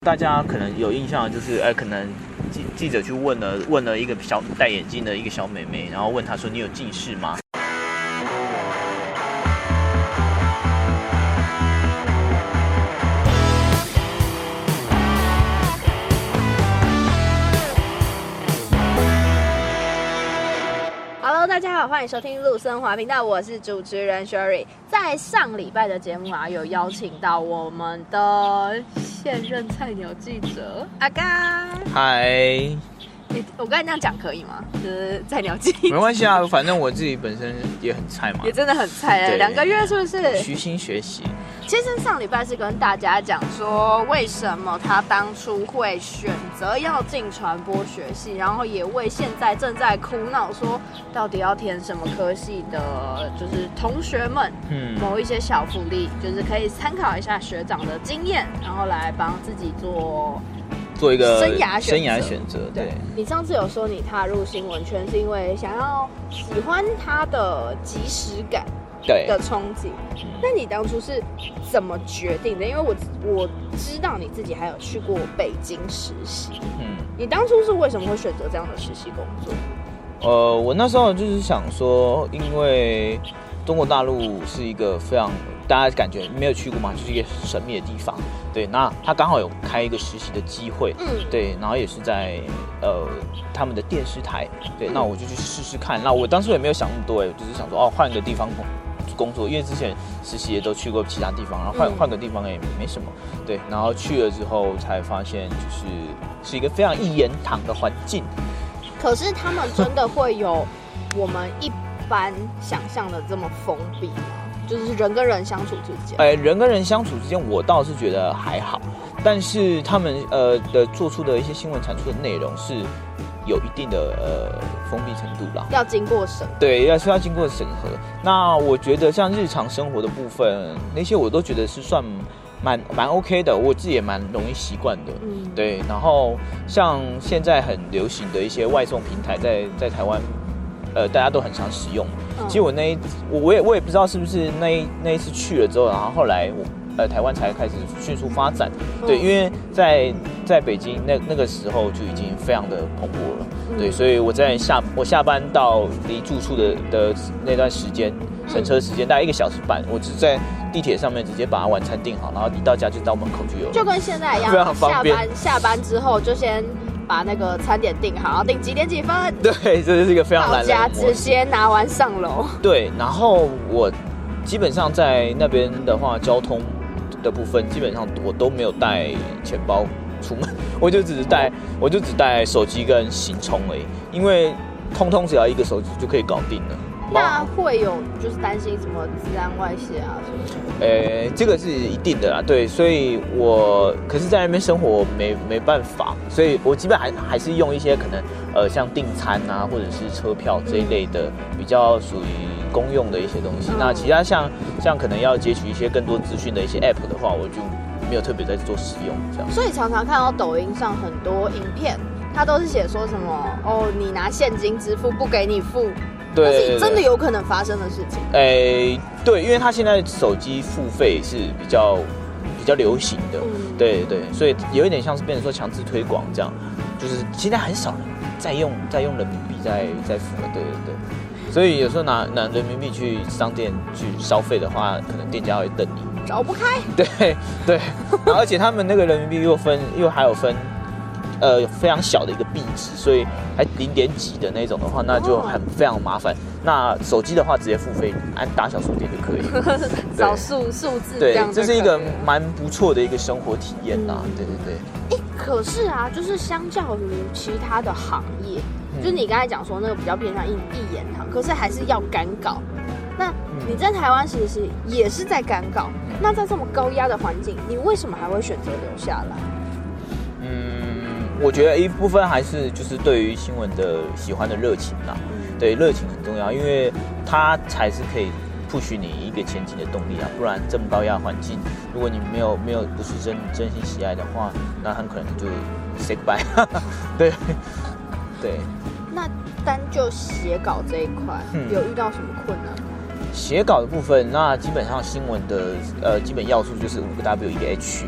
大家可能有印象的就是，可能记者去问了一个小戴眼镜的一个小妹妹，然后问她说：“你有近视吗？” Hello， 大家好，欢迎收听陆森华频道，我是主持人 Sherry。在上礼拜的节目啊，有邀请到我们的现任菜鸟记者阿刚。 嗨， 我刚才那样讲可以吗？就是菜鸟记者， 没关系啊，反正我自己本身也很菜嘛， 也真的很菜了，2个月是不是？ 虚心学习。 其实上礼拜是跟大家讲说，为什么他当初会选择要进传播学系，然后也为现在正在苦恼说到底要填什么科系的，就是同学们，某一些小福利，就是可以参考一下学长的经验，然后来帮自己做一个生涯选择。对， 你上次有说你踏入新闻圈是因为想要喜欢它的即时感的憧憬，那你当初是怎么决定的？因为我知道你自己还有去过北京实习，你当初是为什么会选择这样的实习工作？ 我那时候就是想说，因为中国大陆是一个非常大家感觉没有去过嘛，就是一个神秘的地方。对，那他刚好有开一个实习的机会，对，然后也是在他们的电视台，对，那我就去试试看。那我当时也没有想那么多，我就是想说换个地方工作，因为之前实习也都去过其他地方，然后换个地方也没什么，对，然后去了之后才发现，是一个非常一言堂的环境。 可是他们真的会有我们一般想象的这么封闭吗？就是人跟人相处之间， 人跟人相处之间，我倒是觉得还好，但是他们的做出的一些新闻产出的内容是有一定的封闭程度啦， 要经过审核， 对，要经过审核。那我觉得像日常生活的部分，那些我都觉得是算蛮 OK 的，我自己也蛮容易习惯的，对。然后像现在很流行的一些外送平台，在台湾，大家都很常使用。其实我也不知道是不是那一次去了之后，然后后来台湾才开始迅速发展，对，因为在北京那个时候就已经非常的蓬勃了，对，所以我下班到离住处的那段时间，乘车时间大概1个小时半，我只在地铁上面直接把晚餐订好，然后一到家就到门口就有了， 就跟现在一样， 非常方便。 下班之后就先把那个餐点订好，然后订几点几分， 对，这是一个非常懒人的模式， 到家直接拿完上楼。对， 然后我基本上在那边的话，交通的部分基本上我都没有带钱包出门，我就只带手机跟行充而已，因为通只要一个手机就可以搞定了。 那会有就是担心什么治安外泄啊什么？ 这个是一定的啦，对，所以可是在那边生活没办法，所以我基本还是用一些可能像订餐啊或者是车票这一类的比较属于公用的一些东西。那其他像可能要截取一些更多资讯的一些 app 的话，我就没有特别在做使用这样。 所以常常看到抖音上很多影片，它都是写说什么你拿现金支付不给你付。对，但是真的有可能发生的事情。 对，因为他现在手机付费是比较流行的，对，所以有一点像是变成说强制推广这样，就是现在很少人在用人民币在付了，对。所以有时候拿人民币去商店去消费的话，可能店家会瞪你， 找不开。 对，然后而且他们那个人民币又还有分。非常小的一个币值，所以还0点几的那种的话，那就非常麻烦。那手机的话，直接付费，按大小数点就可以， 找数字对，这是一个蛮不错的一个生活体验啦。对。 可是啊，就是相较于其他的行业，就是你刚才讲说那个比较偏向一言堂，可是还是要赶稿。那你在台湾实习也是在赶稿，那在这么高压的环境，你为什么还会选择留下来？ 我觉得一部分还是就是对于新闻的喜欢的热情啦，对，热情很重要，因为它才是可以push你一个前进的动力啊，不然这么高压环境，如果你没有不是真心喜爱的话，那很可能就 say goodbye 对。 那单就写稿这一块，有遇到什么困难吗？ 写稿的部分，那基本上新闻的基本要素就是5个W 1个H。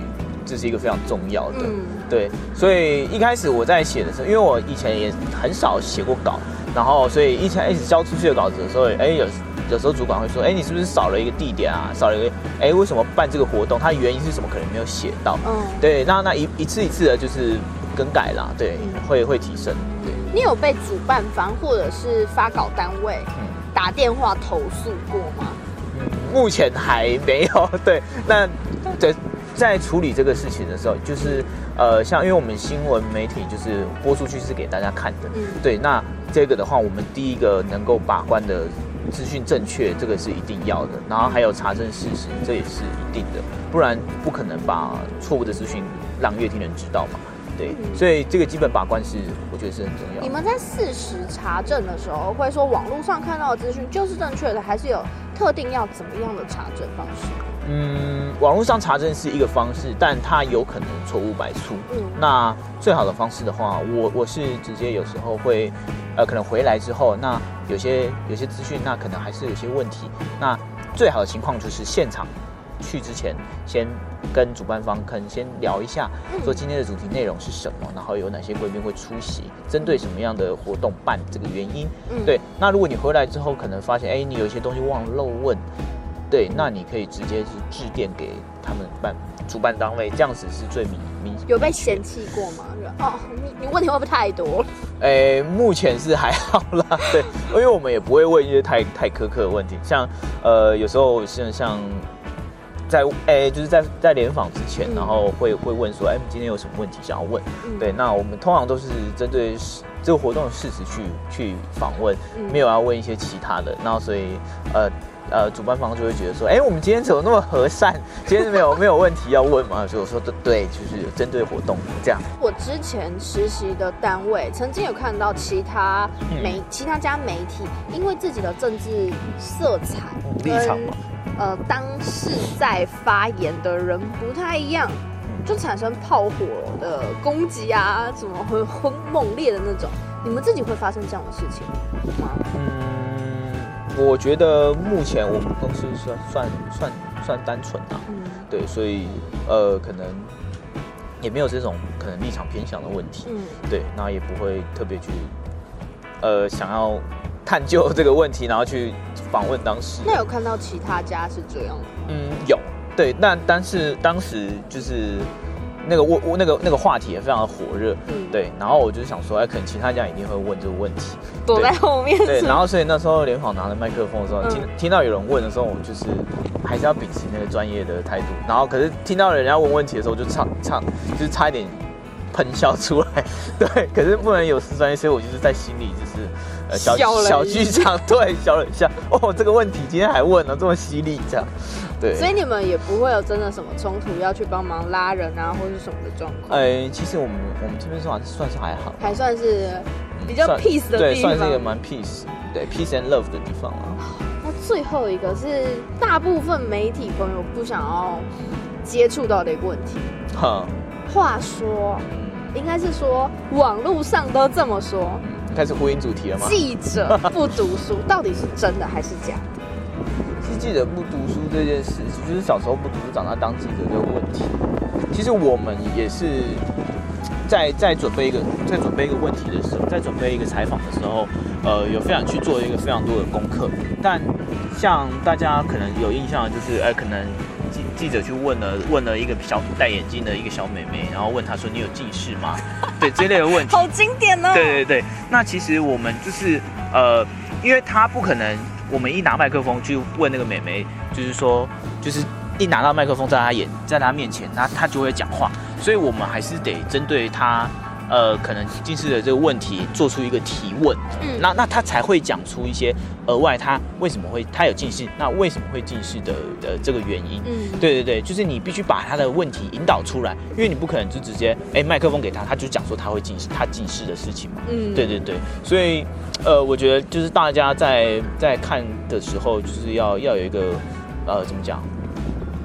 这是一个非常重要的。对，所以一开始我在写的时候，因为我以前也很少写过稿，然后所以一开始交出去的稿子的时候，有时候主管会说，你是不是少了一个地点啊？少了一个，为什么办这个活动？它原因是什么？可能没有写到。对，那一次一次的就是更改啦，对，会提升。对， 你有被主办方或者是发稿单位打电话投诉过吗？ 目前还没有。对，那在处理这个事情的时候，就是像因为我们新闻媒体就是播出去是给大家看的，对，那这个的话，我们第一个能够把关的资讯正确，这个是一定要的，然后还有查证事实，这也是一定的，不然不可能把错误的资讯让乐听人知道嘛。对，所以这个基本把关是我觉得是很重要。 你们在事实查证的时候，会说网络上看到的资讯就是正确的，还是有特定要怎么样的查证方式？ 网络上查证是一个方式，但它有可能错误百出。那最好的方式的话，我是直接有时候会，可能回来之后，那有些资讯，那可能还是有些问题。那最好的情况就是现场去之前，先跟主办方可能先聊一下，说今天的主题内容是什么，然后有哪些贵宾会出席，针对什么样的活动办这个原因。对，那如果你回来之后可能发现，你有一些东西忘了漏问。对，那你可以直接是致电给他们主办单位，这样子是最明。 有被嫌弃过吗？你问题会不会太多？ 目前是还好啦，对，因为我们也不会问一些太苛刻的问题，像有时候像就是在联访之前，然后会问说，今天有什么问题想要问？对，那我们通常都是针对这个活动的事实去访问，没有要问一些其他的，然后所以主办方就会觉得说，我们今天怎么那么和善？今天没有问题要问吗？所以我说对，就是针对活动这样。我之前实习的单位曾经有看到其他家媒体，因为自己的政治色彩立场嘛， 当事在发言的人不太一样，就产生炮火的攻击啊，什么很猛烈的那种。你们自己会发生这样的事情吗？ 我觉得目前我们公司算单纯啊，对，所以可能也没有这种可能立场偏向的问题，对，那也不会特别去想要探究这个问题，然后去访问当事人。 那有看到其他家是这样的？ 有，对，但是当时就是那个话题也非常的火热，对，然后我就想说，可能其他家一定会问这个问题， 躲在后面， 对，然后所以那时候联访拿着麦克风的时候，听到有人问的时候，我就是还是要秉持那个专业的态度，然后可是听到人家问问题的时候，就就是差一点喷笑出来，对，可是不能有失专业，所以我就是在心里就是小剧场，对，笑了一下，这个问题今天还问了这么犀利，这样。对， 所以你们也不会有真的什么冲突，要去帮忙拉人啊，或是什么的状况。 其实我们这边算是还好， 还算是比较 peace 的地方， 对，算是一个蛮 peace， 对 peace and love 的地方啊。 那最后一个是大部分媒体朋友不想要接触到的一个问题。话说，应该是说网络上都这么说。 开始呼应主题了吗？ 记者不读书，到底是真的还是假的？ 记者不读书这件事，就是小时候不读书长大当记者这个问题。其实我们也是在准备一个问题的时候，在准备一个采访的时候，有去做一个非常多的功课。但像大家可能有印象的就是，可能记者去问了一个戴眼镜的一个小妹妹，然后问她说：“你有近视吗？”对，这类的问题。 好经典哦。 对。那其实我们就是因为她不可能。我们一拿麦克风去问那个妹妹，就是一拿到麦克风在她面前，她就会讲话，所以我们还是得针对她可能近视的这个问题做出一个提问，那她才会讲出一些额外她为什么会她有近视，那为什么会近视的这个原因，对，就是你必须把她的问题引导出来，因为你不可能就直接麦克风给她就讲说她会近视，她近视的事情嘛，对，所以我觉得就是大家在看的时候，就是要有一个怎么讲，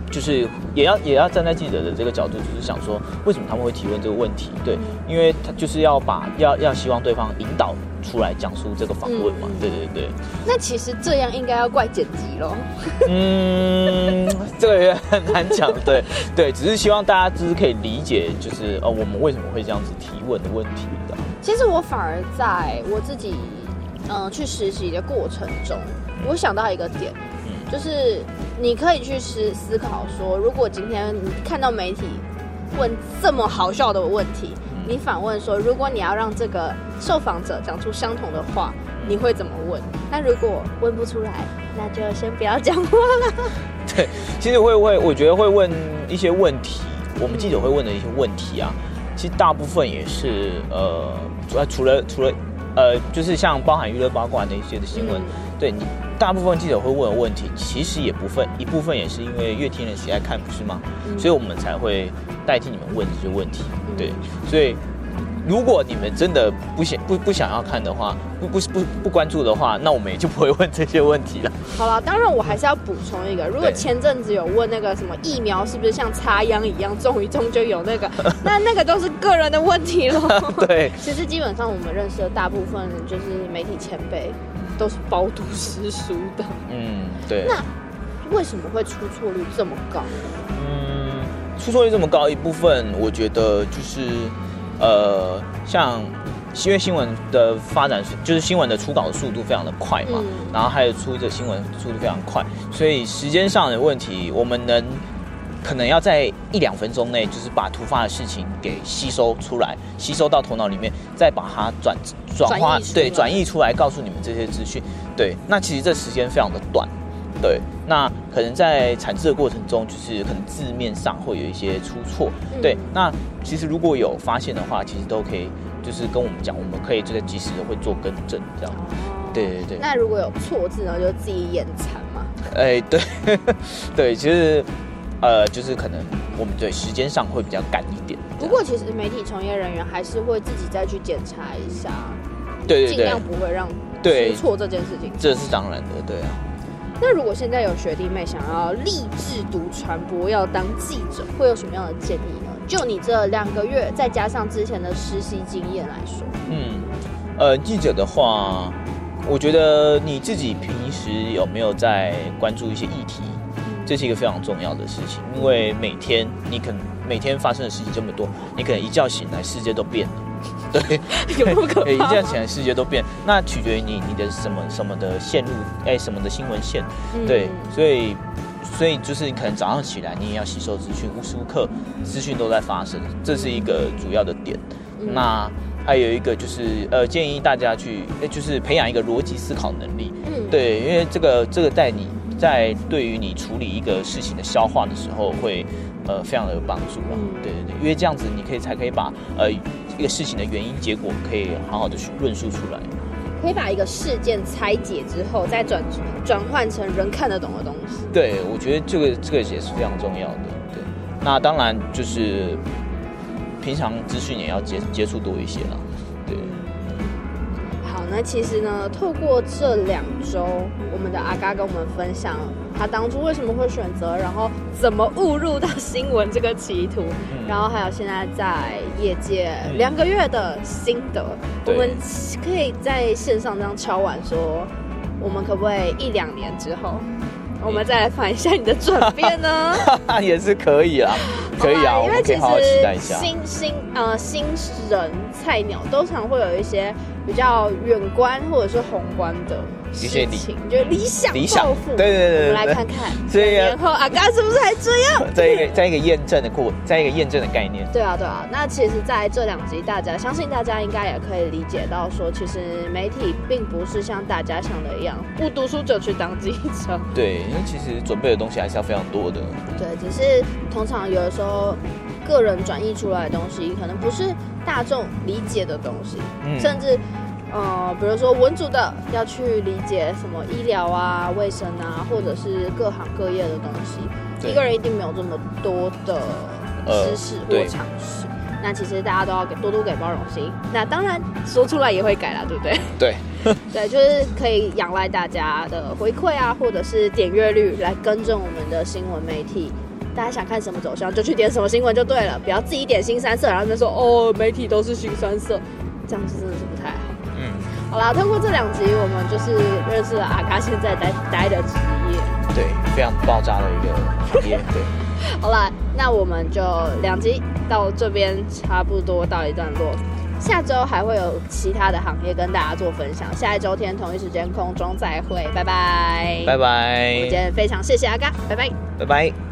就是也要站在记者的这个角度，就是想说为什么他们会提问这个问题？对，因为他就是要希望对方引导出来讲述这个访问嘛。对对对。 那其实这样应该要怪剪辑咯。 这个也很难讲。对对，只是希望大家就是可以理解，就是我们为什么会这样子提问的问题的。 其实我反而在我自己去实习的过程中，我想到一个点。就是你可以去思考说，如果今天你看到媒体问这么好笑的问题，你反问说，如果你要让这个受访者讲出相同的话，你会怎么问？那如果问不出来，那就先不要讲话了。 对，其实我觉得会问一些问题，我们记者会问的一些问题啊，其实大部分也是除了就是像包含娱乐八卦那些的新闻，对你。大部分记者会问的问题，其实一部分也是因为乐听人喜爱看，不是吗？所以我们才会代替你们问这些问题。对，所以如果你们真的不想要看的话，不关注的话，那我们也就不会问这些问题了。 好了，当然我还是要补充一个，如果前阵子有问那个什么疫苗是不是像插秧一样种一种就有那个，那个都是个人的问题了。 对， 其实基本上我们认识的大部分就是媒体前辈。都是饱读诗书的， 对。 那为什么会出错率这么高？ 出错率这么高，一部分我觉得就是像因为新闻的发展，就是新闻的初稿的速度非常的快嘛，然后还有出这新闻速度非常快，所以时间上的问题，我们可能要在1-2分钟内，就是把突发的事情给吸收出来，吸收到头脑里面，再把它转译出来，告诉你们这些资讯。对，那其实这时间非常的短。对，那可能在产制的过程中，就是可能字面上会有一些出错。对，那其实如果有发现的话，其实都可以就是跟我们讲，我们可以就在及时的会做更正这样。对对对。 那如果有错字呢，就自己眼馋嘛。 对对，其实。就是可能我们对时间上会比较赶一点。 不过其实媒体从业人员还是会自己再去检查一下， 对， 尽量不会让出错这件事情。 这是当然的，对啊。 那如果现在有学弟妹想要立志读传播，要当记者，会有什么样的建议呢？就你这2个月，再加上之前的实习经验来说， 记者的话，我觉得你自己平时有没有在关注一些议题？这是一个非常重要的事情，因为你可能每天发生的事情这么多，你可能一觉醒来世界都变了，对， 有那么可怕？ 一觉醒来世界都变，那取决于你的什么的线路，什么的新闻线，对，所以就是你可能早上起来你也要吸收资讯，无时无刻资讯都在发生，这是一个主要的点。那还有一个就是建议大家就是培养一个逻辑思考能力，对，因为这个在对于你处理一个事情的消化的时候，会非常的有帮助啦。对对对，因为这样子你才可以把一个事情的原因结果可以好好的去论述出来， 可以把一个事件拆解之后，再转换成人看得懂的东西。 对，我觉得这个也是非常重要的。对，那当然就是平常资讯也要接触多一些啦。对。 那其实呢，透过这2周，我们的阿嘎跟我们分享他当初为什么会选择，然后怎么误入到新闻这个歧途，然后还有现在在业界2个月的心得。我们可以在线上这样敲碗说，我们可不可以1-2年之后，我们再来反一下你的转变呢？ 也是可以啊，可以啊，我们可以好好期待一下。 新人菜鸟都常会有一些比较远观或者是宏观的事情，就是理想抱负。对，我们来看看2年后阿嘎是不是还这样？ 在一个验证的概念。 对啊。那其实在这2集，相信大家应该也可以理解到说，其实媒体并不是像大家想的一样，不读书就去当记者。 对，因为其实准备的东西还是要非常多的。 对，只是通常有的时候个人转译出来的东西，可能不是大众理解的东西，甚至比如说文组的要去理解什么医疗啊、卫生啊，或者是各行各业的东西，一个人一定没有这么多的知识或常识。那其实大家都要多给包容心。那当然说出来也会改啦，对不对？ 对。 对，就是可以仰赖大家的回馈啊，或者是点阅率来更正我们的新闻媒体大家想看什么走向就去点什么新闻就对了，不要自己点新三色，然后他们说哦媒体都是新三色，这样子真的是不太好。好啦，透过这2集，我们就是认识了阿嘎现在待的职业， 对，非常爆炸的一个行业，对。 好啦，那我们就2集到这边差不多到一段落，下周还会有其他的行业跟大家做分享，下一周天同一时间空中再会，拜拜， 拜拜。 我们今天非常谢谢阿嘎，拜拜， 拜拜。